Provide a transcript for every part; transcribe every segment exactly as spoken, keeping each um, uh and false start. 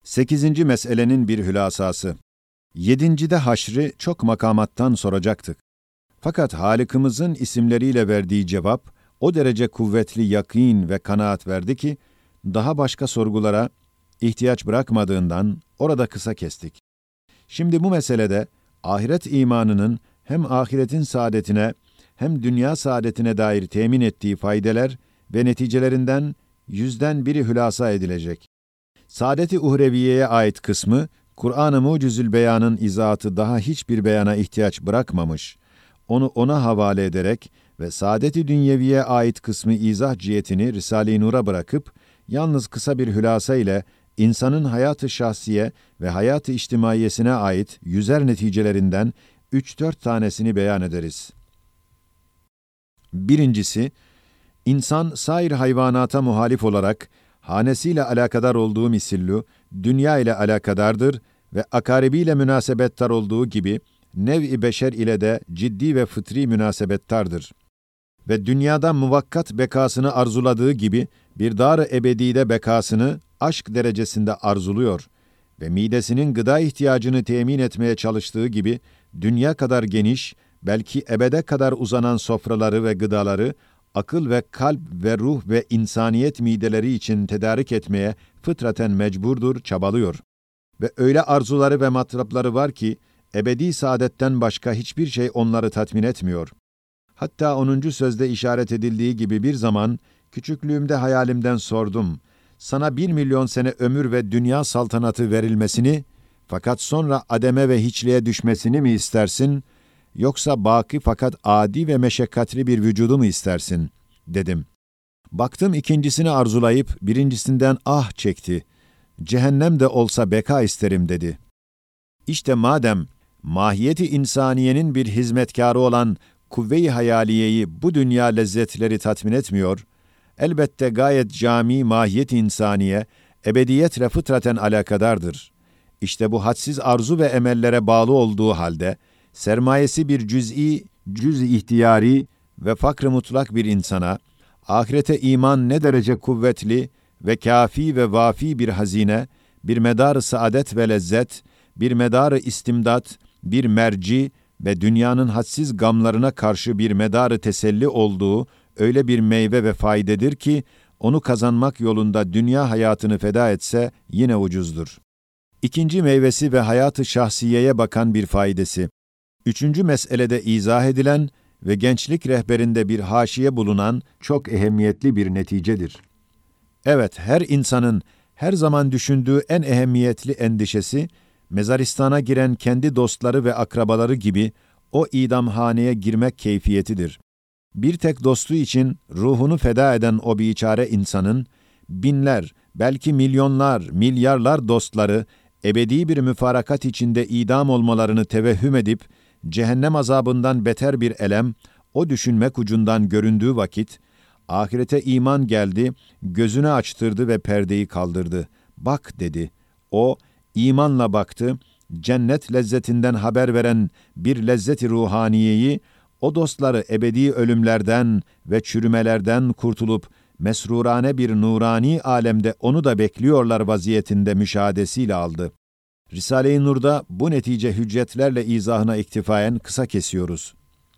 Sekizinci meselenin bir hülasası. Yedincide haşri çok makamattan soracaktık. Fakat Halık'ımızın isimleriyle verdiği cevap, o derece kuvvetli yakîn ve kanaat verdi ki, daha başka sorgulara ihtiyaç bırakmadığından orada kısa kestik. Şimdi bu meselede, ahiret imanının hem ahiretin saadetine, hem dünya saadetine dair temin ettiği faydeler ve neticelerinden yüzden biri hülasa edilecek. Saadet-i Uhreviye'ye ait kısmı, Kur'an-ı Mucizül Beyan'ın izahatı daha hiçbir beyana ihtiyaç bırakmamış, onu ona havale ederek ve Saadet-i Dünyeviye ait kısmı izah cihetini Risale-i Nur'a bırakıp, yalnız kısa bir hülasa ile insanın hayat-ı şahsiye ve hayat-ı içtimaiyesine ait yüzer neticelerinden üç dört tanesini beyan ederiz. Birincisi, insan sair hayvanata muhalif olarak, hanesiyle alakadar olduğu misillu, dünya ile alakadardır ve akaribiyle münasebettar olduğu gibi, nev-i beşer ile de ciddi ve fıtri münasebettardır. Ve dünyada muvakkat bekasını arzuladığı gibi, bir dar-ı ebedide bekasını aşk derecesinde arzuluyor ve midesinin gıda ihtiyacını temin etmeye çalıştığı gibi, dünya kadar geniş, belki ebede kadar uzanan sofraları ve gıdaları, akıl ve kalp ve ruh ve insaniyet mideleri için tedarik etmeye fıtraten mecburdur, çabalıyor. Ve öyle arzuları ve matlapları var ki, ebedi saadetten başka hiçbir şey onları tatmin etmiyor. Hatta onuncu sözde işaret edildiği gibi bir zaman, küçüklüğümde hayalimden sordum, sana bir milyon sene ömür ve dünya saltanatı verilmesini, fakat sonra ademe ve hiçliğe düşmesini mi istersin, yoksa baki fakat adi ve meşakkatli bir vücudu mu istersin, dedim. Baktım ikincisini arzulayıp, birincisinden ah çekti. Cehennem de olsa beka isterim dedi. İşte madem, mahiyeti insaniyenin bir hizmetkarı olan kuvve-i hayaliyeyi bu dünya lezzetleri tatmin etmiyor, elbette gayet cami mahiyet insaniye, ebediyetle fıtraten alakadardır. İşte bu hadsiz arzu ve emellere bağlı olduğu halde, sermayesi bir cüz'i, cüz-i ihtiyari ve fakr-ı mutlak bir insana, ahirete iman ne derece kuvvetli ve kâfi ve vâfi bir hazine, bir medar-ı saadet ve lezzet, bir medar-ı istimdat, bir merci ve dünyanın hadsiz gamlarına karşı bir medar-ı teselli olduğu öyle bir meyve ve faydedir ki, onu kazanmak yolunda dünya hayatını feda etse yine ucuzdur. İkinci meyvesi ve hayat-ı şahsiyeye bakan bir faydası. Üçüncü meselede izah edilen ve gençlik rehberinde bir haşiye bulunan çok ehemmiyetli bir neticedir. Evet, her insanın her zaman düşündüğü en ehemmiyetli endişesi, mezaristana giren kendi dostları ve akrabaları gibi o idamhaneye girmek keyfiyetidir. Bir tek dostu için ruhunu feda eden o biçare insanın, binler, belki milyonlar, milyarlar dostları, ebedi bir müfarakat içinde idam olmalarını tevehhüm edip, cehennem azabından beter bir elem, o düşünmek ucundan göründüğü vakit, ahirete iman geldi, gözünü açtırdı ve perdeyi kaldırdı. Bak dedi. O, imanla baktı, cennet lezzetinden haber veren bir lezzet-i ruhaniyeyi, o dostları ebedi ölümlerden ve çürümelerden kurtulup, mesrurane bir nurani alemde onu da bekliyorlar vaziyetinde müşahadesiyle aldı. Risale-i Nur'da bu netice hüccetlerle izahına iktifaen kısa kesiyoruz.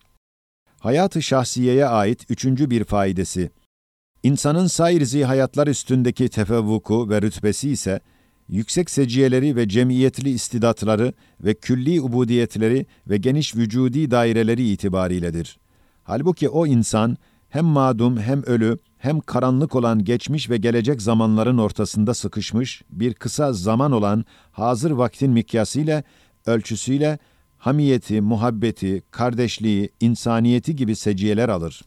Hayat-ı şahsiyeye ait üçüncü bir faydası. İnsanın sair zihayatlar üstündeki tefevvuku ve rütbesi ise, yüksek seciyeleri ve cemiyetli istidatları ve külli ubudiyetleri ve geniş vücudi daireleri itibariyledir. Halbuki o insan, hem madum hem ölü, hem karanlık olan geçmiş ve gelecek zamanların ortasında sıkışmış, bir kısa zaman olan hazır vaktin mikyasıyla, ölçüsüyle, hamiyeti, muhabbeti, kardeşliği, insaniyeti gibi seciyeler alır.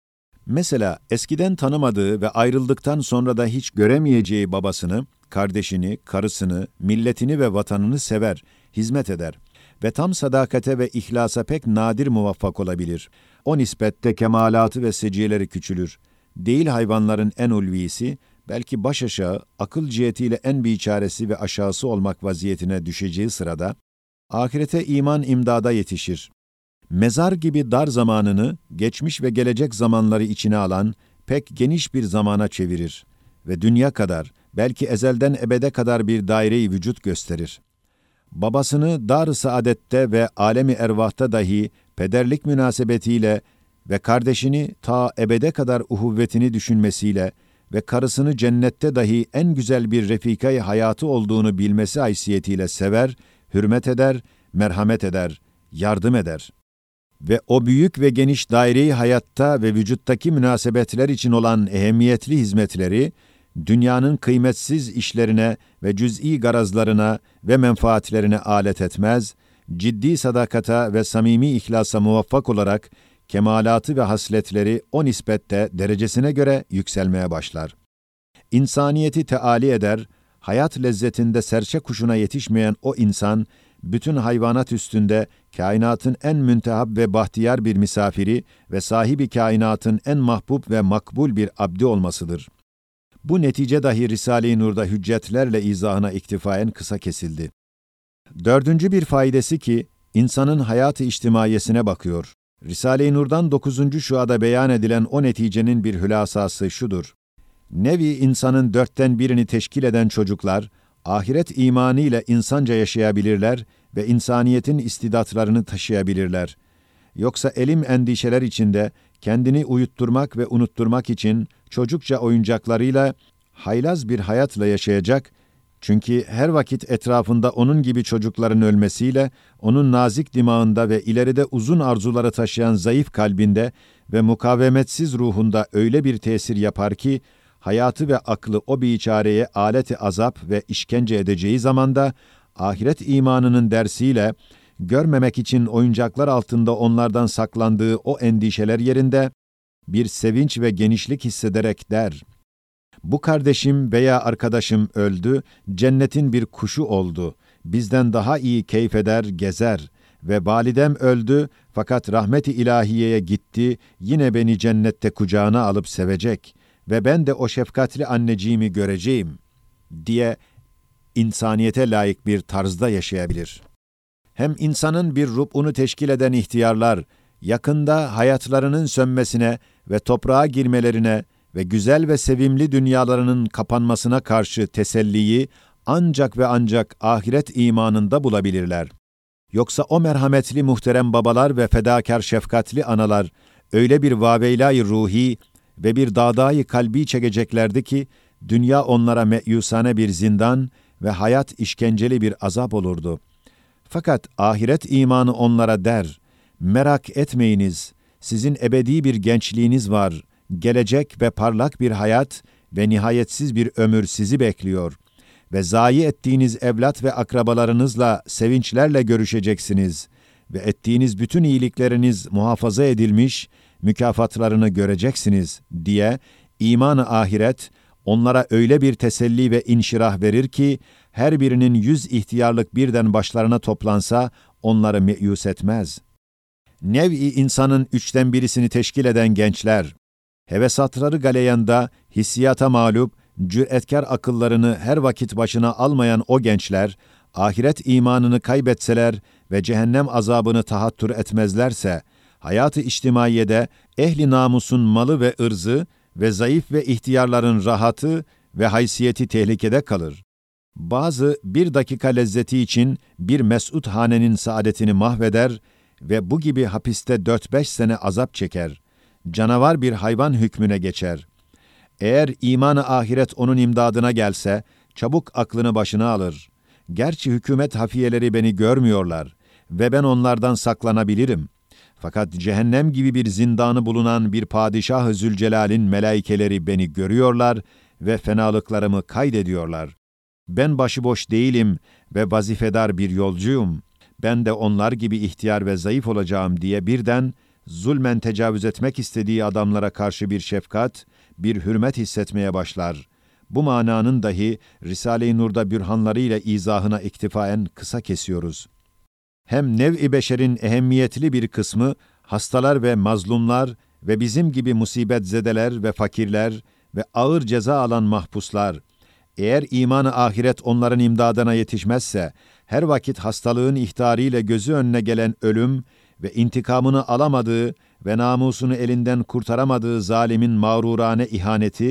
Mesela eskiden tanımadığı ve ayrıldıktan sonra da hiç göremeyeceği babasını, kardeşini, karısını, milletini ve vatanını sever, hizmet eder ve tam sadakate ve ihlasa pek nadir muvaffak olabilir. O nispette kemalatı ve seciyeleri küçülür. Değil hayvanların en ulvisi, belki baş aşağı, akıl cihetiyle en biçaresi ve aşağısı olmak vaziyetine düşeceği sırada, ahirete iman imdada yetişir. Mezar gibi dar zamanını, geçmiş ve gelecek zamanları içine alan, pek geniş bir zamana çevirir. ve dünya kadar, belki ezelden ebede kadar bir daire-i vücut gösterir. Babasını dar-ı saadette ve alemi ervahta dahi pederlik münasebetiyle ve kardeşini ta ebede kadar uhuvvetini düşünmesiyle ve karısını cennette dahi en güzel bir refika-i hayatı olduğunu bilmesi haysiyetiyle sever, hürmet eder, merhamet eder, yardım eder. Ve o büyük ve geniş daire-i hayatta ve vücuttaki münasebetler için olan ehemmiyetli hizmetleri, dünyanın kıymetsiz işlerine ve cüz'i garazlarına ve menfaatlerine alet etmez, ciddi sadakata ve samimi ihlasa muvaffak olarak kemalatı ve hasletleri o nispette derecesine göre yükselmeye başlar. İnsaniyeti teali eder, hayat lezzetinde serçe kuşuna yetişmeyen o insan, bütün hayvanat üstünde kainatın en müntehab ve bahtiyar bir misafiri ve sahibi kainatın en mahbub ve makbul bir abdi olmasıdır. Bu netice dahi Risale-i Nur'da hüccetlerle izahına iktifaen kısa kesildi. Dördüncü bir faydası ki, insanın hayat-ı içtimaiyesine bakıyor. Risale-i Nur'dan dokuzuncu şuada beyan edilen o neticenin bir hülasası şudur: Nevi insanın dörtten birini teşkil eden çocuklar, ahiret imanı ile insanca yaşayabilirler ve insaniyetin istidatlarını taşıyabilirler. Yoksa elim endişeler içinde kendini uyutturmak ve unutturmak için çocukça oyuncaklarıyla haylaz bir hayatla yaşayacak, çünkü her vakit etrafında onun gibi çocukların ölmesiyle, onun nazik dimağında ve ileride uzun arzuları taşıyan zayıf kalbinde ve mukavemetsiz ruhunda öyle bir tesir yapar ki, hayatı ve aklı o biçareye aleti azap ve işkence edeceği zamanda, ahiret imanının dersiyle, görmemek için oyuncaklar altında onlardan saklandığı o endişeler yerinde, bir sevinç ve genişlik hissederek der: Bu kardeşim veya arkadaşım öldü, cennetin bir kuşu oldu, bizden daha iyi keyif eder, gezer ve validem öldü, fakat rahmet-i ilahiyeye gitti, yine beni cennette kucağına alıp sevecek ve ben de o şefkatli anneciğimi göreceğim diye insaniyete layık bir tarzda yaşayabilir. Hem insanın bir rub'unu teşkil eden ihtiyarlar, yakında hayatlarının sönmesine ve toprağa girmelerine ve güzel ve sevimli dünyalarının kapanmasına karşı teselliyi ancak ve ancak ahiret imanında bulabilirler. Yoksa o merhametli muhterem babalar ve fedakar şefkatli analar öyle bir vaveyla-i ruhi ve bir dağdayı kalbi çekeceklerdi ki, dünya onlara meyusane bir zindan ve hayat işkenceli bir azap olurdu. Fakat ahiret imanı onlara der: Merak etmeyiniz, sizin ebedi bir gençliğiniz var, gelecek ve parlak bir hayat ve nihayetsiz bir ömür sizi bekliyor ve zayi ettiğiniz evlat ve akrabalarınızla sevinçlerle görüşeceksiniz ve ettiğiniz bütün iyilikleriniz muhafaza edilmiş, mükafatlarını göreceksiniz diye iman-ı ahiret onlara öyle bir teselli ve inşirah verir ki, her birinin yüz ihtiyarlık birden başlarına toplansa onları meyus etmez. Nev-i insanın üçten birisini teşkil eden gençler, hevesatları galeyanda hissiyata mağlup, cüretkar akıllarını her vakit başına almayan o gençler, ahiret imanını kaybetseler ve cehennem azabını tahattür etmezlerse, hayat-ı içtimaiyede ehli namusun malı ve ırzı ve zayıf ve ihtiyarların rahatı ve haysiyeti tehlikede kalır. Bazı bir dakika lezzeti için bir mes'ud hanenin saadetini mahveder ve bu gibi hapiste dört beş sene azap çeker. Canavar bir hayvan hükmüne geçer. Eğer iman-ı ahiret onun imdadına gelse, çabuk aklını başına alır. Gerçi hükümet hafiyeleri beni görmüyorlar ve ben onlardan saklanabilirim. Fakat cehennem gibi bir zindanı bulunan bir Padişah-ı Zülcelal'in melaikeleri beni görüyorlar ve fenalıklarımı kaydediyorlar. Ben başıboş değilim ve vazifedar bir yolcuyum. Ben de onlar gibi ihtiyar ve zayıf olacağım diye birden zulmen tecavüz etmek istediği adamlara karşı bir şefkat, bir hürmet hissetmeye başlar. Bu mananın dahi Risale-i Nur'da bürhanlarıyla izahına iktifaen kısa kesiyoruz. Hem nev-i beşerin ehemmiyetli bir kısmı, hastalar ve mazlumlar ve bizim gibi musibetzedeler ve fakirler ve ağır ceza alan mahpuslar, eğer iman-ı ahiret onların imdadına yetişmezse, her vakit hastalığın ihtariyle gözü önüne gelen ölüm ve intikamını alamadığı ve namusunu elinden kurtaramadığı zalimin mağrurane ihaneti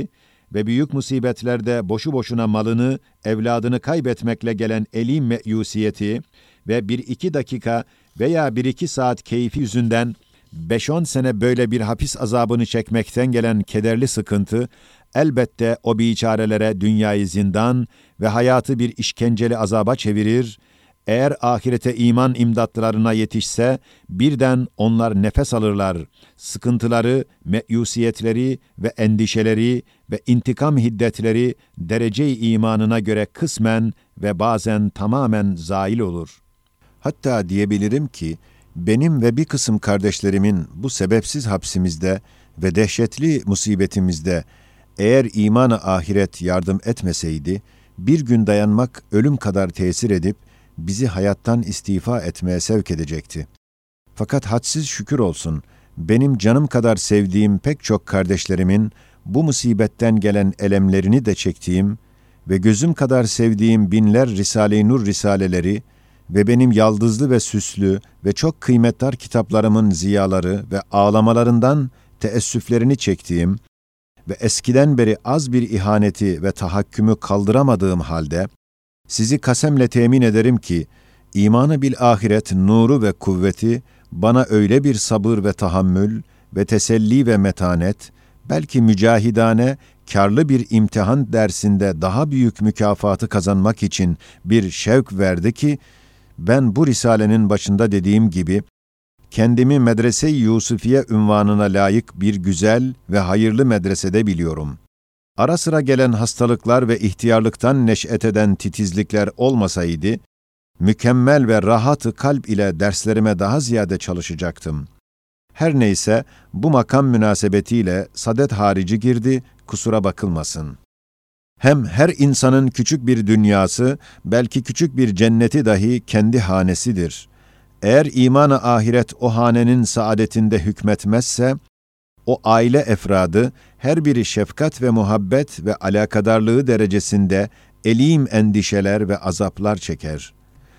ve büyük musibetlerde boşu boşuna malını, evladını kaybetmekle gelen elim meyusiyeti ve bir iki dakika veya bir iki saat keyfi yüzünden beş on sene böyle bir hapis azabını çekmekten gelen kederli sıkıntı, elbette o biçarelere dünyayı zindan ve hayatı bir işkenceli azaba çevirir. Eğer ahirete iman imdatlarına yetişse, birden onlar nefes alırlar. Sıkıntıları, meyusiyetleri ve endişeleri ve intikam hiddetleri derece-i imanına göre kısmen ve bazen tamamen zail olur. Hatta diyebilirim ki, benim ve bir kısım kardeşlerimin bu sebepsiz hapsimizde ve dehşetli musibetimizde eğer iman-ı ahiret yardım etmeseydi, bir gün dayanmak ölüm kadar tesir edip, bizi hayattan istifa etmeye sevk edecekti. Fakat hadsiz şükür olsun, benim canım kadar sevdiğim pek çok kardeşlerimin bu musibetten gelen elemlerini de çektiğim ve gözüm kadar sevdiğim binler Risale-i Nur risaleleri ve benim yaldızlı ve süslü ve çok kıymetdar kitaplarımın ziyaları ve ağlamalarından teessüflerini çektiğim ve eskiden beri az bir ihaneti ve tahakkümü kaldıramadığım halde, sizi kasemle temin ederim ki, imanı bil ahiret nuru ve kuvveti bana öyle bir sabır ve tahammül ve teselli ve metanet, belki mücahidane, kârlı bir imtihan dersinde daha büyük mükafatı kazanmak için bir şevk verdi ki, ben bu risalenin başında dediğim gibi, kendimi Medrese-i Yusufiye unvanına layık bir güzel ve hayırlı medresede biliyorum. Ara sıra gelen hastalıklar ve ihtiyarlıktan neş'et eden titizlikler olmasaydı, mükemmel ve rahat-ı kalp ile derslerime daha ziyade çalışacaktım. Her neyse, bu makam münasebetiyle sadet harici girdi, kusura bakılmasın. Hem her insanın küçük bir dünyası, belki küçük bir cenneti dahi kendi hanesidir. Eğer iman-ı ahiret o hanenin saadetinde hükmetmezse, o aile efradı, her biri şefkat ve muhabbet ve alakadarlığı derecesinde elim endişeler ve azaplar çeker.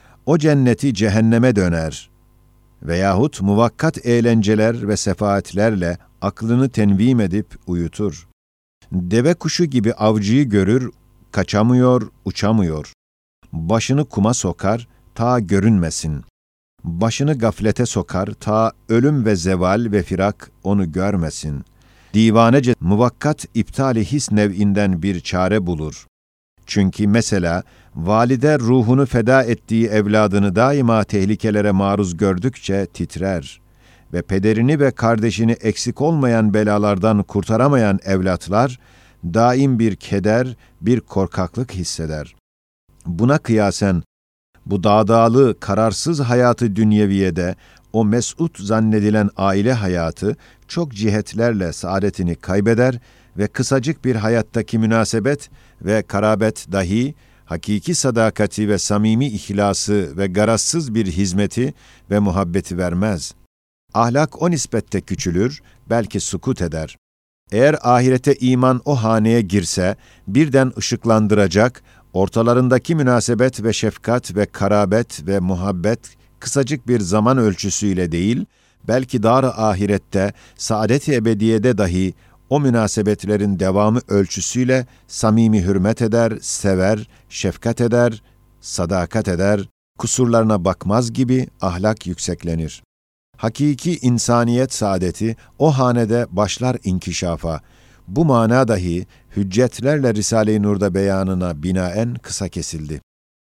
O cenneti cehenneme döner veyahut muvakkat eğlenceler ve sefaatlerle aklını tenvim edip uyutur. Deve kuşu gibi avcıyı görür, kaçamıyor, uçamıyor. Başını kuma sokar, ta görünmesin. Başını gaflete sokar, ta ölüm ve zeval ve firak onu görmesin. Divanece muvakkat iptal-i his nev'inden bir çare bulur. Çünkü mesela valide ruhunu feda ettiği evladını daima tehlikelere maruz gördükçe titrer ve pederini ve kardeşini eksik olmayan belalardan kurtaramayan evlatlar daim bir keder, bir korkaklık hisseder. Buna kıyasen bu dağdağlı, kararsız hayatı dünyeviyede o mes'ud zannedilen aile hayatı çok cihetlerle saadetini kaybeder ve kısacık bir hayattaki münasebet ve karabet dahi hakiki sadakati ve samimi ihlası ve garazsız bir hizmeti ve muhabbeti vermez. Ahlak o nispette küçülür, belki sukut eder. Eğer ahirete iman o haneye girse, birden ışıklandıracak, ortalarındaki münasebet ve şefkat ve karabet ve muhabbet kısacık bir zaman ölçüsüyle değil, belki dar-ı ahirette, saadet-i ebediyede dahi o münasebetlerin devamı ölçüsüyle samimi hürmet eder, sever, şefkat eder, sadakat eder, kusurlarına bakmaz gibi ahlak yükseklenir. Hakiki insaniyet saadeti o hanede başlar inkişafa. Bu mana dahi hüccetlerle Risale-i Nur'da beyanına binaen kısa kesildi.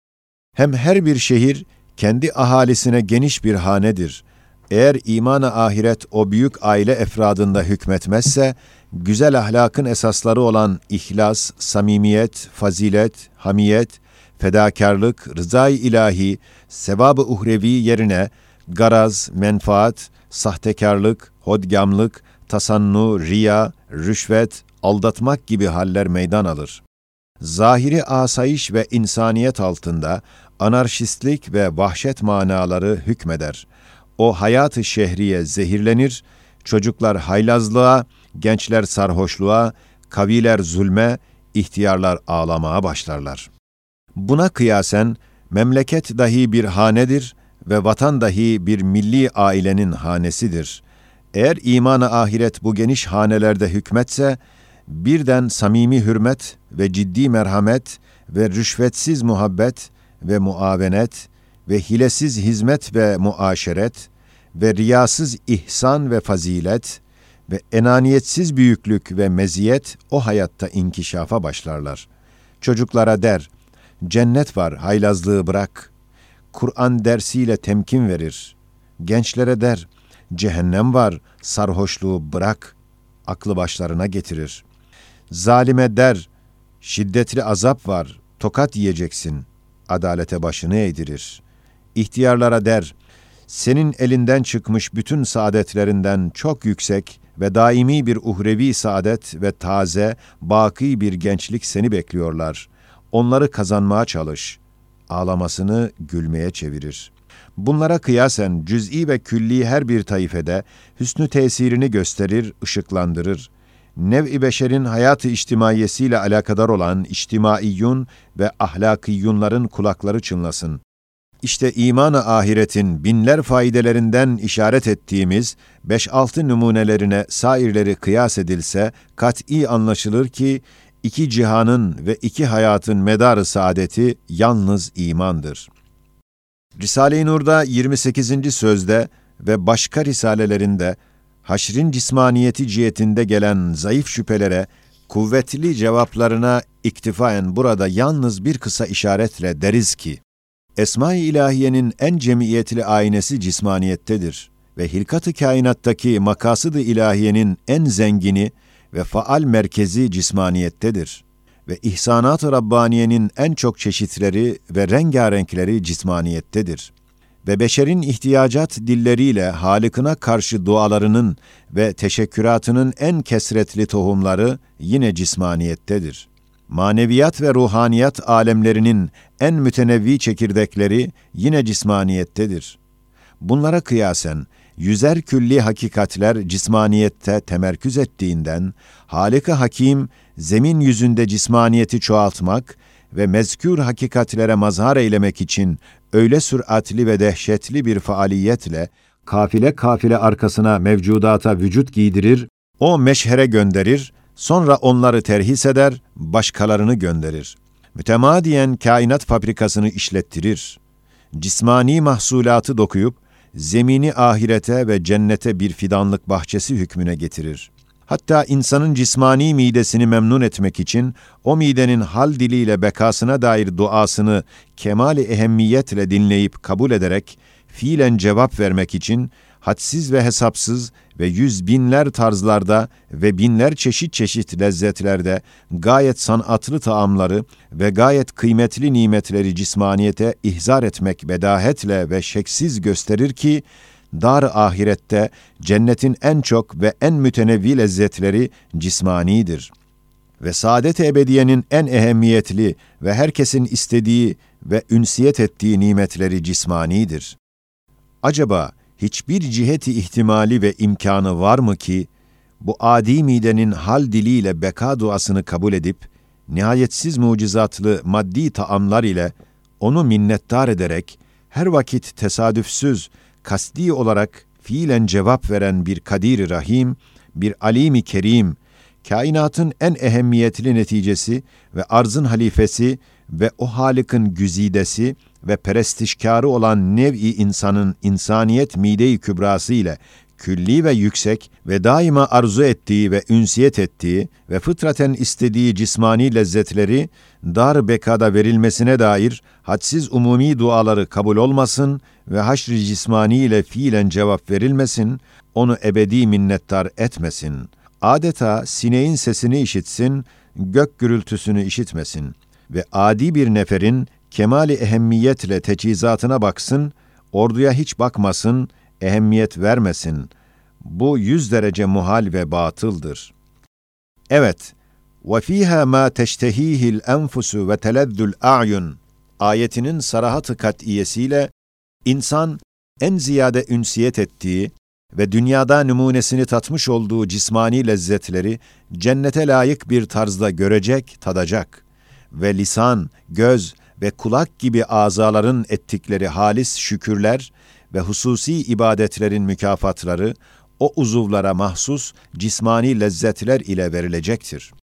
Hem her bir şehir kendi ahalisine geniş bir hanedir. Eğer iman-ı ahiret o büyük aile efradında hükmetmezse, güzel ahlakın esasları olan ihlas, samimiyet, fazilet, hamiyet, fedakarlık, rızay ilahi, sevab-ı uhrevi yerine garaz, menfaat, sahtekarlık, hodgamlık, tasannu, riya, rüşvet, aldatmak gibi haller meydan alır. Zahiri asayiş ve insaniyet altında anarşistlik ve vahşet manaları hükmeder. O hayat-ı şehriye zehirlenir, çocuklar haylazlığa, gençler sarhoşluğa, kaviler zulme, ihtiyarlar ağlamaya başlarlar. Buna kıyasen memleket dahi bir hanedir ve vatan dahi bir milli ailenin hanesidir. Eğer iman-ı ahiret bu geniş hanelerde hükmetse, birden samimi hürmet ve ciddi merhamet ve rüşvetsiz muhabbet ve muavenet ve hilesiz hizmet ve muaşeret ve riyasız ihsan ve fazilet ve enaniyetsiz büyüklük ve meziyet o hayatta inkişafa başlarlar. Çocuklara der, cennet var, haylazlığı bırak. Kur'an dersiyle temkin verir. Gençlere der, cehennem var, sarhoşluğu bırak. Aklı başlarına getirir. Zalime der, şiddetli azap var, tokat yiyeceksin. Adalete başını eğdirir. İhtiyarlara der, senin elinden çıkmış bütün saadetlerinden çok yüksek ve daimi bir uhrevi saadet ve taze, baki bir gençlik seni bekliyorlar. Onları kazanmaya çalış. Ağlamasını gülmeye çevirir. Bunlara kıyasen cüz'i ve külli her bir taifede hüsnü tesirini gösterir, ışıklandırır. Nev-i beşerin hayatı içtimaiyesiyle alakadar olan içtimaiyyun ve ahlakiyyunların kulakları çınlasın. İşte iman-ı ahiretin binler faydelerinden işaret ettiğimiz beş altı numunelerine sairleri kıyas edilse, kat'î anlaşılır ki, iki cihanın ve iki hayatın medarı saadeti yalnız imandır. Risale-i Nur'da yirmi sekizinci sözde ve başka risalelerinde, haşrin cismaniyeti cihetinde gelen zayıf şüphelere, kuvvetli cevaplarına iktifaen burada yalnız bir kısa işaretle deriz ki, Esma-i İlahiye'nin en cemiyetli aynesi cismaniyettedir ve hilkat-ı kainattaki makasıd-ı ilahiyenin en zengini ve faal merkezi cismaniyettedir ve ihsanat-ı Rabbaniye'nin en çok çeşitleri ve rengarenkleri cismaniyettedir ve beşerin ihtiyacat dilleriyle Halık'ına karşı dualarının ve teşekküratının en kesretli tohumları yine cismaniyettedir. Maneviyat ve ruhaniyat alemlerinin en mütenevvi çekirdekleri yine cismaniyettedir. Bunlara kıyasen, yüzer külli hakikatler cismaniyette temerküz ettiğinden, Hâlik-i Hakim, zemin yüzünde cismaniyeti çoğaltmak ve mezkür hakikatlere mazhar eylemek için öyle süratli ve dehşetli bir faaliyetle, kafile kafile arkasına mevcudata vücut giydirir, o meşhere gönderir, sonra onları terhis eder, başkalarını gönderir. Mütemadiyen kainat fabrikasını işlettirir. Cismani mahsulatı dokuyup, zemini ahirete ve cennete bir fidanlık bahçesi hükmüne getirir. Hatta insanın cismani midesini memnun etmek için, o midenin hal diliyle bekasına dair duasını kemali ehemmiyetle dinleyip kabul ederek, fiilen cevap vermek için, hadsiz ve hesapsız ve yüz binler tarzlarda ve binler çeşit çeşit lezzetlerde gayet sanatlı taamları ve gayet kıymetli nimetleri cismaniyete ihzar etmek bedahetle ve şeksiz gösterir ki, dar-ı ahirette cennetin en çok ve en mütenevvi lezzetleri cismanidir. Ve saadet-i ebediyenin en ehemmiyetli ve herkesin istediği ve ünsiyet ettiği nimetleri cismanidir. Acaba hiçbir ciheti ihtimali ve imkanı var mı ki, bu adi midenin hal diliyle beka duasını kabul edip, nihayetsiz mucizatlı maddi taamlar ile onu minnettar ederek, her vakit tesadüfsüz, kasti olarak fiilen cevap veren bir Kadir-i Rahim, bir Alim-i Kerim, kainatın en ehemmiyetli neticesi ve arzın halifesi ve o Halık'ın güzidesi ve perestişkarı olan nev-i insanın insaniyet mide-i kübrası ile külli ve yüksek ve daima arzu ettiği ve ünsiyet ettiği ve fıtraten istediği cismani lezzetleri dar bekada verilmesine dair hadsiz umumi duaları kabul olmasın ve haşr-i cismani ile fiilen cevap verilmesin, onu ebedi minnettar etmesin. Adeta sineğin sesini işitsin, gök gürültüsünü işitmesin ve adi bir neferin kemali ehemmiyetle teçhizatına baksın, orduya hiç bakmasın, ehemmiyet vermesin. Bu yüz derece muhal ve batıldır. Evet, وَفِيهَا مَا تَشْتَه۪يهِ الْاَنْفُسُ وَتَلَذُّ الْاَعْيُنُ ayetinin sarahat-ı kat'iyesiyle insan en ziyade ünsiyet ettiği ve dünyada numunesini tatmış olduğu cismani lezzetleri cennete layık bir tarzda görecek, tadacak ve lisan, göz ve kulak gibi azaların ettikleri halis şükürler ve hususi ibadetlerin mükafatları o uzuvlara mahsus cismani lezzetler ile verilecektir.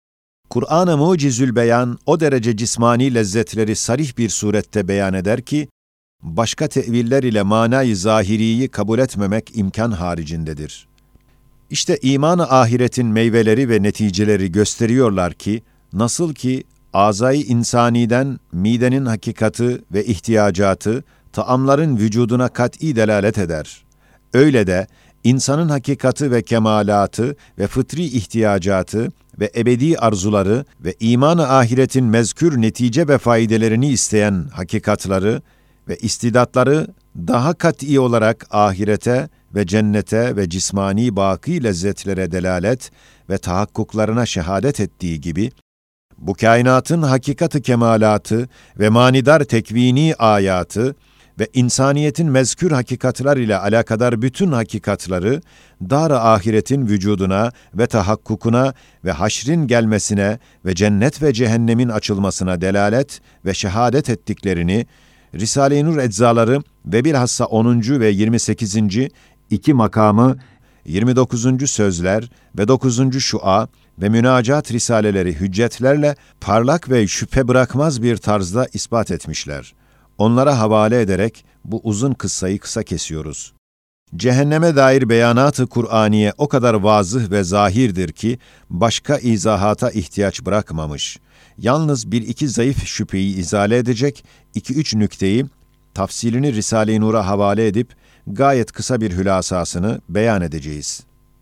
Kur'an-ı Mucizül Beyan o derece cismani lezzetleri sarih bir surette beyan eder ki, başka teviller ile manayı zahiriyi kabul etmemek imkan haricindedir. İşte iman-ı ahiretin meyveleri ve neticeleri gösteriyorlar ki, nasıl ki azayı insaniden midenin hakikati ve ihtiyacatı, taamların vücuduna kat'i delalet eder. Öyle de insanın hakikati ve kemalatı ve fıtri ihtiyacatı ve ebedi arzuları ve iman-ı ahiretin mezkür netice ve faydelerini isteyen hakikatları ve istidatları daha kat'i olarak ahirete ve cennete ve cismani baki lezzetlere delalet ve tahakkuklarına şehadet ettiği gibi, bu kainatın hakikati kemalatı ve manidar tekvini ayatı ve insaniyetin mezkür hakikatlar ile alakadar bütün hakikatları, dar-ı ahiretin vücuduna ve tahakkukuna ve haşrin gelmesine ve cennet ve cehennemin açılmasına delalet ve şehadet ettiklerini, Risale-i Nur eczaları ve bilhassa onuncu ve yirmi sekizinci iki makamı, yirmi dokuzuncu sözler ve dokuzuncu şua ve münacat risaleleri hüccetlerle parlak ve şüphe bırakmaz bir tarzda ispat etmişler. Onlara havale ederek bu uzun kıssayı kısa kesiyoruz. Cehenneme dair beyanat-ı Kur'aniye o kadar vazıh ve zahirdir ki, başka izahata ihtiyaç bırakmamış. Yalnız bir iki zayıf şüpheyi izale edecek, iki üç nükteyi, tafsilini Risale-i Nur'a havale edip, gayet kısa bir hülasasını beyan edeceğiz.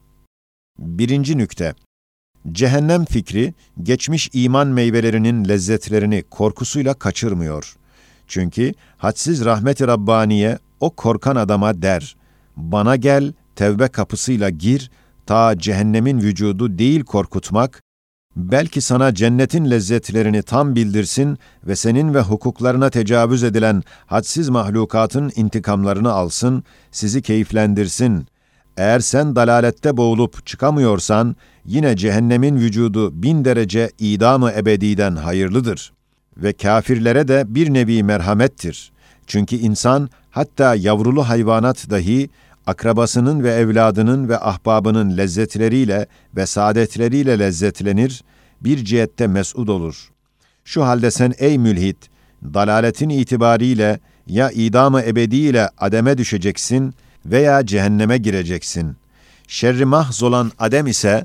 Birinci nükte, cehennem fikri, geçmiş iman meyvelerinin lezzetlerini korkusuyla kaçırmıyor. Çünkü hadsiz rahmet-i Rabbaniye o korkan adama der, bana gel, tevbe kapısıyla gir, ta cehennemin vücudu değil korkutmak, belki sana cennetin lezzetlerini tam bildirsin ve senin ve hukuklarına tecavüz edilen hadsiz mahlukatın intikamlarını alsın, sizi keyiflendirsin. Eğer sen dalalette boğulup çıkamıyorsan, yine cehennemin vücudu bin derece idam-ı ebediden hayırlıdır. Ve kâfirlere de bir nevi merhamettir. Çünkü insan, hatta yavrulu hayvanat dahi, akrabasının ve evladının ve ahbabının lezzetleriyle ve saadetleriyle lezzetlenir, bir cihette mes'ud olur. Şu halde sen ey mülhit, dalaletin itibariyle ya idam-ı ebediyle ademe düşeceksin veya cehenneme gireceksin. Şerri mahz olan adem ise,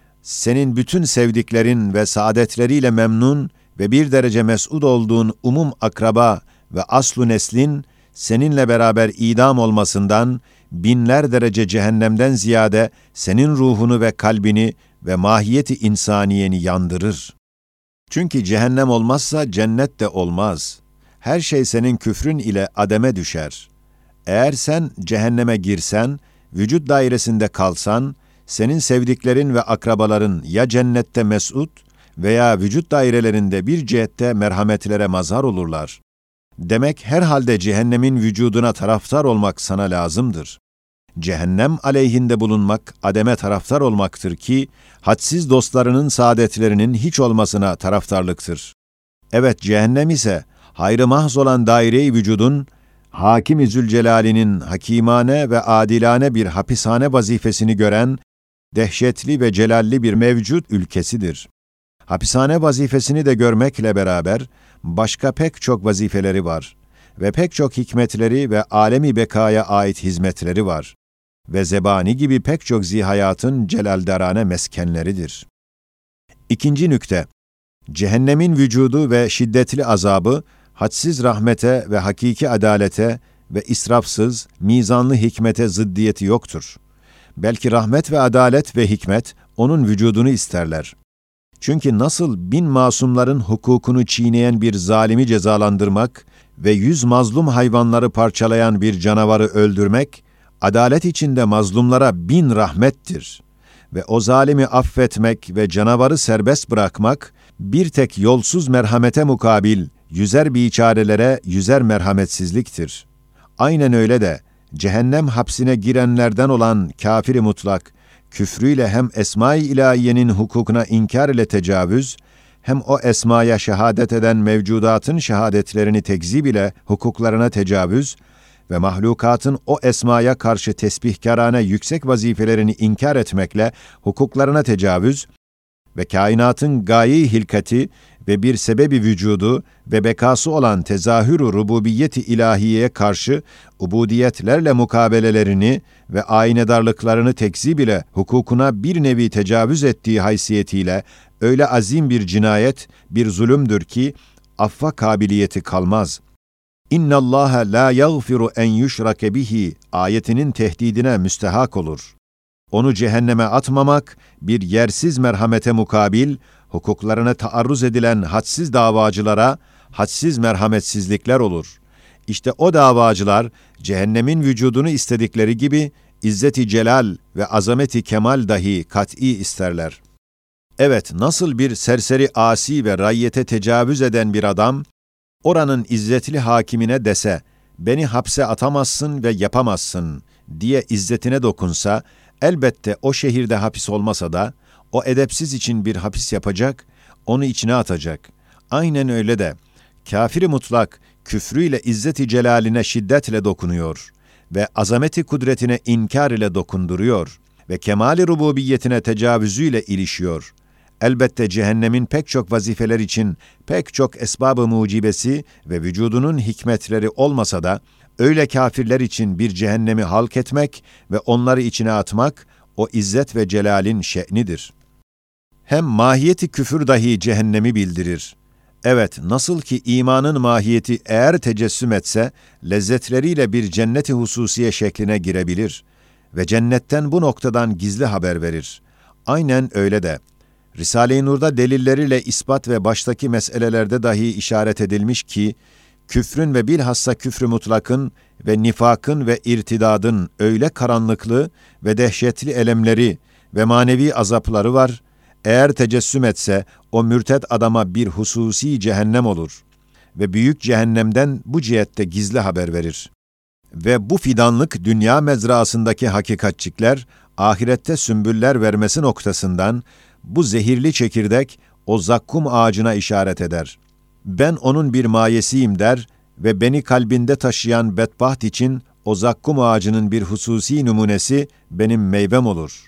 senin bütün sevdiklerin ve saadetleriyle memnun ve bir derece mes'ud olduğun umum akraba ve aslu neslin, seninle beraber idam olmasından, binler derece cehennemden ziyade senin ruhunu ve kalbini ve mahiyeti insaniyeni yandırır. Çünkü cehennem olmazsa cennet de olmaz. Her şey senin küfrün ile ademe düşer. Eğer sen cehenneme girsen, vücut dairesinde kalsan, senin sevdiklerin ve akrabaların ya cennette mes'ud veya vücut dairelerinde bir cihette merhametlere mazhar olurlar. Demek herhalde cehennemin vücuduna taraftar olmak sana lazımdır. Cehennem aleyhinde bulunmak, ademe taraftar olmaktır ki, hadsiz dostlarının saadetlerinin hiç olmasına taraftarlıktır. Evet, cehennem ise, hayrı mahz olan daire-i vücudun, Hakim-i Zülcelal'inin hakimane ve adilane bir hapishane vazifesini gören, dehşetli ve celalli bir mevcut ülkesidir. Hapishane vazifesini de görmekle beraber, başka pek çok vazifeleri var ve pek çok hikmetleri ve alemi bekaya ait hizmetleri var ve zebani gibi pek çok zihayatın celaldarane meskenleridir. İkinci nükte, cehennemin vücudu ve şiddetli azabı, hadsiz rahmete ve hakiki adalete ve israfsız, mizanlı hikmete zıddiyeti yoktur. Belki rahmet ve adalet ve hikmet, onun vücudunu isterler. Çünkü nasıl bin masumların hukukunu çiğneyen bir zalimi cezalandırmak ve yüz mazlum hayvanları parçalayan bir canavarı öldürmek, adalet içinde mazlumlara bin rahmettir. Ve o zalimi affetmek ve canavarı serbest bırakmak, bir tek yolsuz merhamete mukabil, yüzer biçarelere yüzer merhametsizliktir. Aynen öyle de, cehennem hapsine girenlerden olan kafir-i mutlak, küfrüyle hem Esma-i İlahiye'nin hukukuna inkar ile tecavüz, hem o esmaya şehadet eden mevcudatın şehadetlerini tekzib ile hukuklarına tecavüz ve mahlukatın o esmaya karşı tesbihkarane yüksek vazifelerini inkar etmekle hukuklarına tecavüz ve kainatın gaye-i hilkati ve bir sebebi vücudu ve bekası olan tezahür-ü rububiyeti ilahiyeye karşı ubudiyetlerle mukabelelerini ve aynedarlıklarını tekzip ile hukukuna bir nevi tecavüz ettiği haysiyetiyle öyle azim bir cinayet, bir zulümdür ki affa kabiliyeti kalmaz. İnna Allaha la yaghfiru en yushrake bihi ayetinin tehdidine müstehak olur. Onu cehenneme atmamak, bir yersiz merhamete mukabil, hukuklarına taarruz edilen hadsiz davacılara hadsiz merhametsizlikler olur. İşte o davacılar, cehennemin vücudunu istedikleri gibi, izzeti celal ve azameti kemal dahi kat'i isterler. Evet, nasıl bir serseri asi ve rayyete tecavüz eden bir adam, oranın izzetli hakimine dese, beni hapse atamazsın ve yapamazsın diye izzetine dokunsa, elbette o şehirde hapis olmasa da, o edepsiz için bir hapis yapacak, onu içine atacak. Aynen öyle de, kafir-i mutlak, küfrüyle izzet-i celaline şiddetle dokunuyor ve azameti kudretine inkar ile dokunduruyor ve kemal-i rububiyetine tecavüzüyle ilişiyor. Elbette cehennemin pek çok vazifeler için pek çok esbab-ı mucibesi ve vücudunun hikmetleri olmasa da, öyle kafirler için bir cehennemi halk etmek ve onları içine atmak, o izzet ve celalin şe'nidir. Hem mahiyeti küfür dahi cehennemi bildirir. Evet, nasıl ki imanın mahiyeti eğer tecessüm etse, lezzetleriyle bir cennet-i hususiye şekline girebilir ve cennetten bu noktadan gizli haber verir. Aynen öyle de, Risale-i Nur'da delilleriyle ispat ve baştaki meselelerde dahi işaret edilmiş ki, küfrün ve bilhassa küfrü mutlakın ve nifakın ve irtidadın öyle karanlıklı ve dehşetli elemleri ve manevi azapları var, eğer tecessüm etse o mürted adama bir hususi cehennem olur ve büyük cehennemden bu cihette gizli haber verir. Ve bu fidanlık dünya mezrasındaki hakikatçikler, ahirette sümbüller vermesi noktasından bu zehirli çekirdek o zakkum ağacına işaret eder. Ben onun bir mayesiyim der ve beni kalbinde taşıyan bedbaht için o zakkum ağacının bir hususi numunesi benim meyvem olur.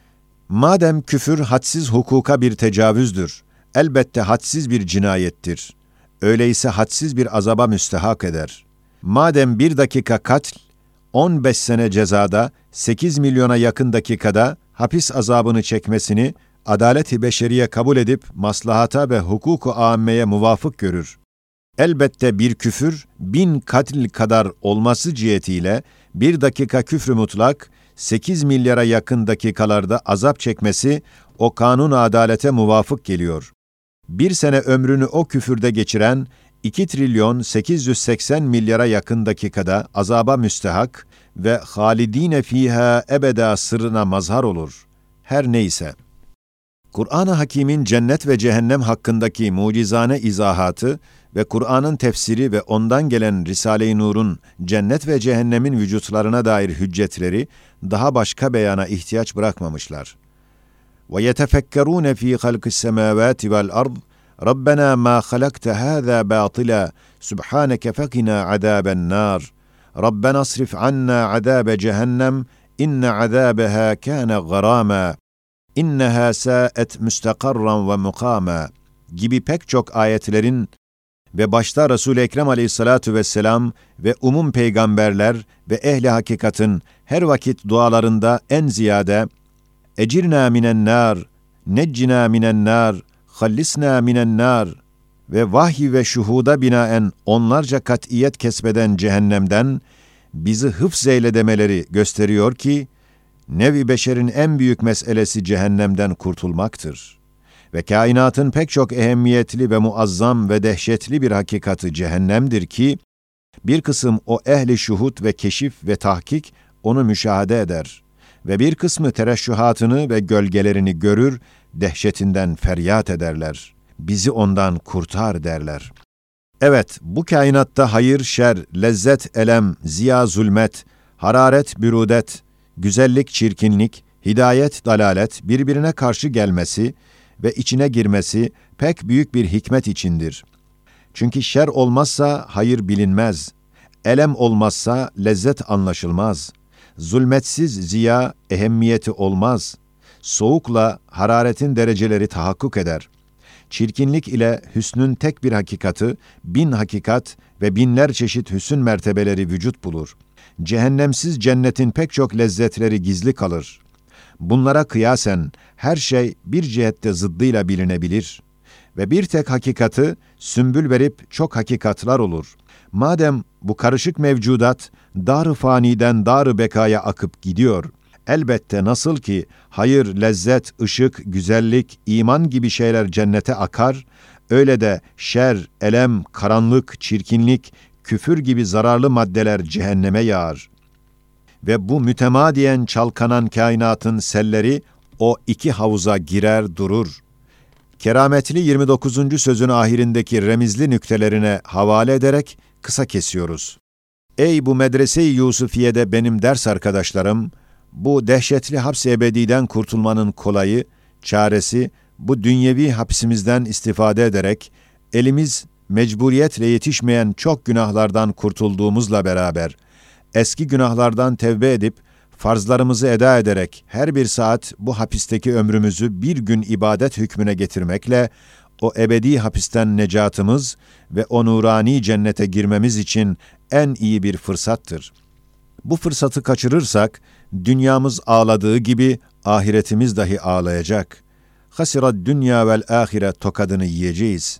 Madem küfür hadsiz hukuka bir tecavüzdür, elbette hadsiz bir cinayettir. Öyleyse hadsiz bir azaba müstehak eder. Madem bir dakika katl, on beş sene cezada, sekiz milyona yakın dakikada hapis azabını çekmesini, adalet-i beşeriye kabul edip maslahata ve hukuku âmmeye muvafık görür. Elbette bir küfür, bin katil kadar olması cihetiyle, bir dakika küfrü mutlak, sekiz milyara yakın dakikalarda azap çekmesi, o kanun adalete muvafık geliyor. Bir sene ömrünü o küfürde geçiren, iki trilyon sekiz yüz seksen milyara yakın dakikada azaba müstehak ve halidine fiha ebeda sırrına mazhar olur. Her neyse. Kur'an-ı Hakîm'in cennet ve cehennem hakkındaki mucizane izahatı ve Kur'an'ın tefsiri ve ondan gelen Risale-i Nur'un cennet ve cehennemin vücutlarına dair hüccetleri daha başka beyana ihtiyaç bırakmamışlar. وَيَتَفَكَّرُونَ ف۪ي خَلْقِ السَّمَاوَاتِ وَالْأَرْضِ رَبَّنَا مَا خَلَقْتَ هَذَا بَاطِلًا سُبْحَانَكَ فَقِنَا عَذَابَ النَّارِ رَبَّنَا اصْرِفْ عَنَّا عَذَابَ جَهَنَّمَ اِنَّ عَذَابَهَا كَانَ غَرَامًا İnneha sâet müstakarran ve mukâmâ gibi pek çok ayetlerin ve başta Resul-i Ekrem aleyhissalâtu vesselam ve umum peygamberler ve ehli hakikatin her vakit dualarında en ziyade ecirnâ minen nâr, neccinâ minen nâr, hallisnâ minen nâr ve vahiy ve şuhuda binaen onlarca kat'iyet kesbeden cehennemden bizi hıfzeyle demeleri gösteriyor ki, nev-i beşerin en büyük meselesi cehennemden kurtulmaktır. Ve kainatın pek çok ehemmiyetli ve muazzam ve dehşetli bir hakikati cehennemdir ki, bir kısım o ehli şuhud ve keşif ve tahkik onu müşahede eder ve bir kısmı tereşşuhatını ve gölgelerini görür, dehşetinden feryat ederler. Bizi ondan kurtar derler. Evet, bu kainatta hayır, şer, lezzet, elem, ziya, zulmet, hararet, bürudet, güzellik, çirkinlik, hidayet, dalalet birbirine karşı gelmesi ve içine girmesi pek büyük bir hikmet içindir. Çünkü şer olmazsa hayır bilinmez, elem olmazsa lezzet anlaşılmaz, zulmetsiz ziya ehemmiyeti olmaz, soğukla hararetin dereceleri tahakkuk eder. Çirkinlik ile hüsnün tek bir hakikati, bin hakikat ve binler çeşit hüsn mertebeleri vücut bulur. Cehennemsiz cennetin pek çok lezzetleri gizli kalır. Bunlara kıyasen her şey bir cihette zıddıyla bilinebilir. Ve bir tek hakikati sümbül verip çok hakikatlar olur. Madem bu karışık mevcudat dar-ı faniden dar-ı bekaya akıp gidiyor, elbette nasıl ki hayır, lezzet, ışık, güzellik, iman gibi şeyler cennete akar, öyle de şer, elem, karanlık, çirkinlik, küfür gibi zararlı maddeler cehenneme yağar. Ve bu mütemadiyen çalkanan kainatın selleri o iki havuza girer durur. Kerametli yirmi dokuzuncu sözün ahirindeki remizli nüktelerine havale ederek kısa kesiyoruz. Ey bu medrese-i Yusufiye'de benim ders arkadaşlarım, bu dehşetli hapsi ebediden kurtulmanın kolayı, çaresi, bu dünyevi hapsimizden istifade ederek, elimiz mecburiyetle yetişmeyen çok günahlardan kurtulduğumuzla beraber, eski günahlardan tevbe edip, farzlarımızı eda ederek her bir saat bu hapisteki ömrümüzü bir gün ibadet hükmüne getirmekle, o ebedi hapisten necatımız ve o nurani cennete girmemiz için en iyi bir fırsattır. Bu fırsatı kaçırırsak, dünyamız ağladığı gibi ahiretimiz dahi ağlayacak. Hasirat dünya vel ahire tokadını yiyeceğiz.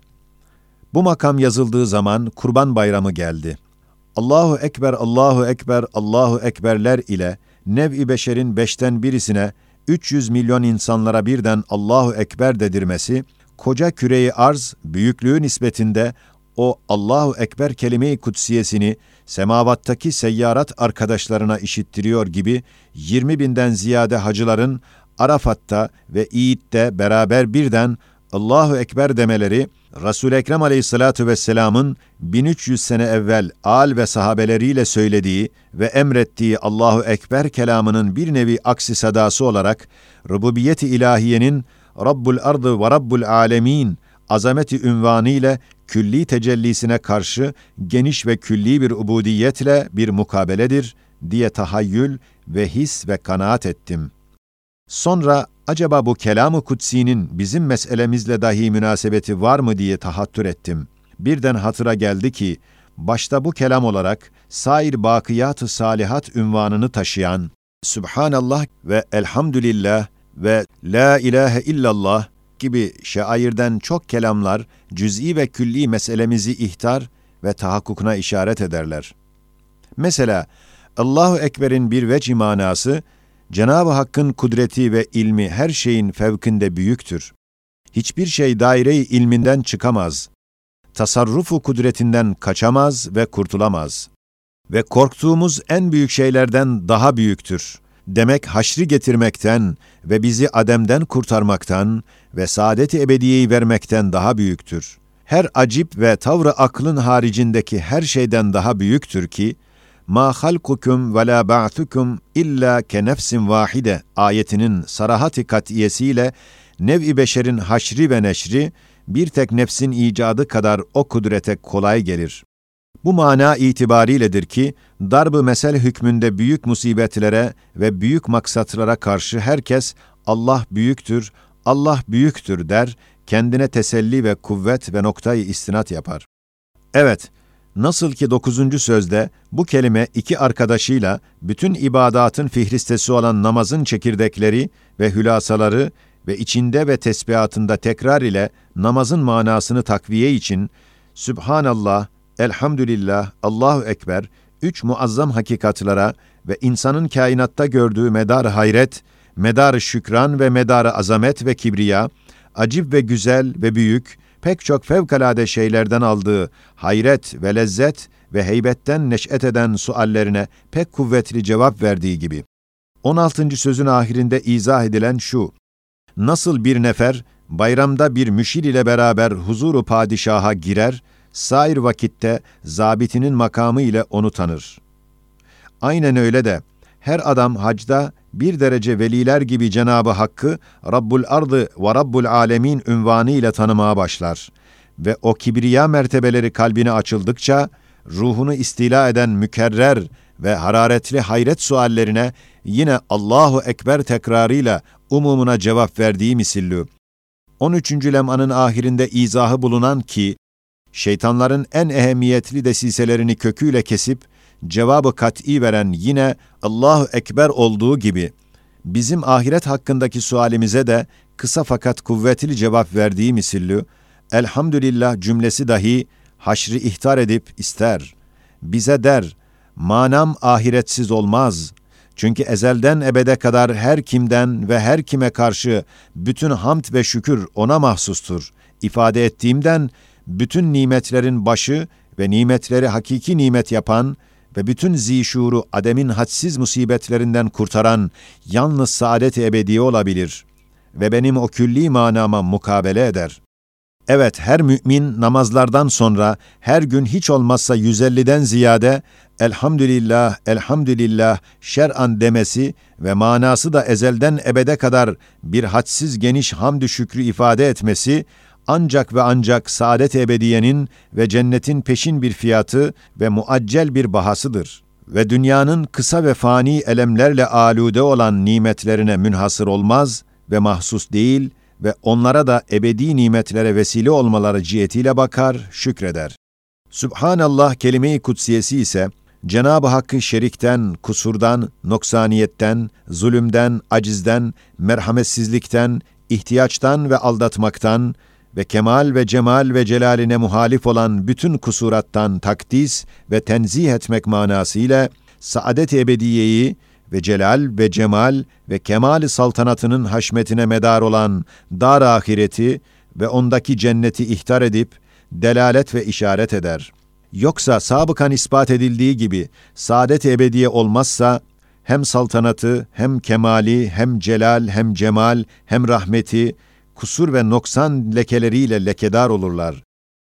Bu makam yazıldığı zaman Kurban Bayramı geldi. Allahu Ekber, Allahu Ekber, Allahu Ekberler ile nev-i beşerin beşten birisine üç yüz milyon insanlara birden Allahu Ekber dedirmesi, koca küreyi arz büyüklüğü nispetinde o Allahu Ekber kelime-i kutsiyesini semavattaki seyyarat arkadaşlarına işittiriyor gibi yirmi binden ziyade hacıların Arafat'ta ve İd'de beraber birden Allahu Ekber demeleri, Resul-i Ekrem Aleyhissalatu vesselam'ın bin üç yüz sene evvel âl ve sahabeleriyle söylediği ve emrettiği Allahu Ekber kelamının bir nevi aksi sadası olarak rububiyet-i ilahiyenin Rabbul ardı ve Rabbul alemin azameti ünvanı ile külli tecellisine karşı geniş ve külli bir ubudiyetle bir mukabeledir diye tahayyül ve his ve kanaat ettim. Sonra acaba bu kelam-ı kutsi'nin bizim meselemizle dahi münasebeti var mı diye tahattür ettim. Birden hatıra geldi ki, başta bu kelam olarak sair bakiyat-ı salihat ünvanını taşıyan Sübhanallah ve Elhamdülillah ve La ilahe illallah gibi şairden çok kelamlar cüz'i ve külli meselemizi ihtar ve tahakkukuna işaret ederler. Mesela Allahu Ekber'in bir vecih manası, Cenab-ı Hakk'ın kudreti ve ilmi her şeyin fevkinde büyüktür. Hiçbir şey daire-i ilminden çıkamaz. Tasarrufu kudretinden kaçamaz ve kurtulamaz. Ve korktuğumuz en büyük şeylerden daha büyüktür. Demek haşri getirmekten ve bizi ademden kurtarmaktan ve saadet-i ebediyeyi vermekten daha büyüktür. Her acip ve tavrı aklın haricindeki her şeyden daha büyüktür ki, مَا خَلْقُكُمْ وَلَا بَعْثُكُمْ اِلَّا كَنَفْسٍ vahide ayetinin sarahati katiyesiyle nev-i beşerin haşri ve neşri bir tek nefsin icadı kadar o kudrete kolay gelir. Bu mana itibariyledir ki, darb-ı mesel hükmünde büyük musibetlere ve büyük maksatlara karşı herkes Allah büyüktür, Allah büyüktür der, kendine teselli ve kuvvet ve noktayı istinat yapar. Evet, nasıl ki dokuzuncu sözde bu kelime iki arkadaşıyla bütün ibadatın fihristesi olan namazın çekirdekleri ve hülasaları ve içinde ve tesbihatında tekrar ile namazın manasını takviye için Sübhanallah, Elhamdülillah, Allahu Ekber, üç muazzam hakikatlara ve insanın kainatta gördüğü medar hayret, medar şükran ve medar azamet ve kibriya, acip ve güzel ve büyük, pek çok fevkalade şeylerden aldığı hayret ve lezzet ve heybetten neş'et eden suallerine pek kuvvetli cevap verdiği gibi. on altıncı sözün ahirinde izah edilen şu: nasıl bir nefer bayramda bir müşir ile beraber huzuru padişaha girer, sair vakitte zabitinin makamı ile onu tanır. Aynen öyle de her adam hacda bir derece veliler gibi Cenab-ı Hakk'ı Rabbul ardı ve Rabbul alemin ünvanı ile tanımaya başlar ve o kibriya mertebeleri kalbine açıldıkça ruhunu istila eden mükerrer ve hararetli hayret suallerine yine Allahu Ekber tekrarıyla umumuna cevap verdiği misillü. on üçüncü lem'anın ahirinde izahı bulunan ki, şeytanların en ehemmiyetli desiselerini köküyle kesip, cevabı kat'i veren yine Allahu Ekber olduğu gibi, bizim ahiret hakkındaki sualimize de kısa fakat kuvvetli cevap verdiği misillü, elhamdülillah cümlesi dahi haşri ihtar edip ister. Bize der, manam ahiretsiz olmaz. Çünkü ezelden ebede kadar her kimden ve her kime karşı bütün hamd ve şükür ona mahsustur. İfade ettiğimden, bütün nimetlerin başı ve nimetleri hakiki nimet yapan ve bütün zişuru ademin hadsiz musibetlerinden kurtaran yalnız saadet-i ebedi olabilir ve benim o külli manama mukabele eder. Evet, her mümin namazlardan sonra her gün hiç olmazsa yüz elliden ziyade elhamdülillah, elhamdülillah şer'an demesi ve manası da ezelden ebede kadar bir hadsiz geniş hamdü şükrü ifade etmesi, ancak ve ancak saadet-i ebediyenin ve cennetin peşin bir fiyatı ve muaccel bir bahasıdır. Ve dünyanın kısa ve fani elemlerle âlude olan nimetlerine münhasır olmaz ve mahsus değil ve onlara da ebedi nimetlere vesile olmaları cihetiyle bakar, şükreder. Sübhanallah kelime-i kutsiyesi ise, Cenab-ı Hakk'ı şerikten, kusurdan, noksaniyetten, zulümden, acizden, merhametsizlikten, ihtiyaçtan ve aldatmaktan ve kemal ve cemal ve celaline muhalif olan bütün kusurattan takdis ve tenzih etmek manasıyla saadet-i ebediyeyi ve celal ve cemal ve kemal-i saltanatının haşmetine medar olan dar ahireti ve ondaki cenneti ihtar edip delalet ve işaret eder. Yoksa sabıkan ispat edildiği gibi saadet-i ebediye olmazsa hem saltanatı, hem kemali, hem celal, hem cemal, hem rahmeti, kusur ve noksan lekeleriyle lekedar olurlar.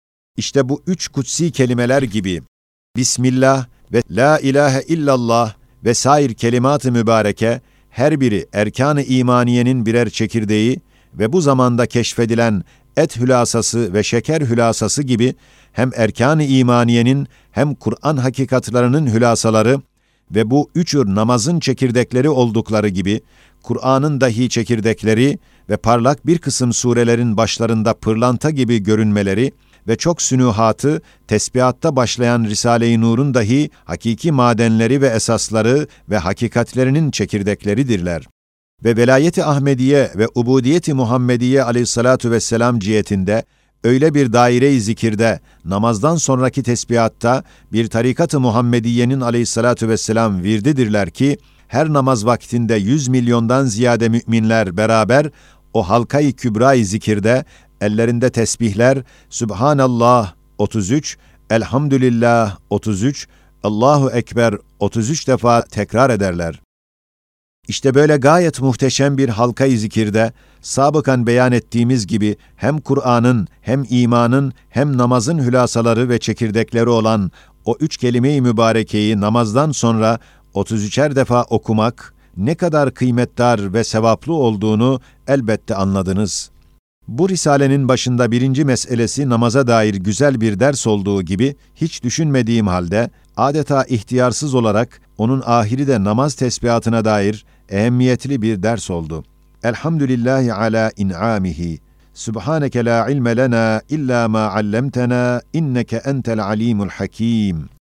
İşte bu üç kutsi kelimeler gibi Bismillah ve La ilahe illallah ve sair kelimat-ı mübareke her biri erkan-ı imaniyenin birer çekirdeği ve bu zamanda keşfedilen et hülasası ve şeker hülasası gibi hem erkan-ı imaniyenin hem Kur'an hakikatlarının hülasaları ve bu üçür namazın çekirdekleri oldukları gibi Kur'an'ın dahi çekirdekleri ve parlak bir kısım surelerin başlarında pırlanta gibi görünmeleri ve çok sünühatı, tesbihatta başlayan Risale-i Nur'un dahi hakiki madenleri ve esasları ve hakikatlerinin çekirdekleridirler. Ve velayeti Ahmediye ve ubudiyeti Muhammediye aleyhissalatu vesselam cihetinde öyle bir daire-i zikirde, namazdan sonraki tesbihatta bir tarikat-ı Muhammediye'nin aleyhissalatu vesselam virdidirler ki, her namaz vaktinde yüz milyondan ziyade müminler beraber o halka-i kübra-i zikirde ellerinde tesbihler Sübhanallah otuz üç, Elhamdülillah otuz üç, Allahu Ekber otuz üç defa tekrar ederler. İşte böyle gayet muhteşem bir halka-i zikirde sabıkan beyan ettiğimiz gibi hem Kur'an'ın hem imanın hem namazın hülasaları ve çekirdekleri olan o üç kelime-i mübarekeyi namazdan sonra otuz üçer defa okumak ne kadar kıymetdar ve sevaplı olduğunu elbette anladınız. Bu risalenin başında birinci meselesi namaza dair güzel bir ders olduğu gibi hiç düşünmediğim halde adeta ihtiyarsız olarak onun ahiri de namaz tesbihatına dair ehemmiyetli bir ders oldu. Elhamdülillahi ala in'amihi. Subhaneke la ilme lena illa ma allamtena inneke entel alimul hakim.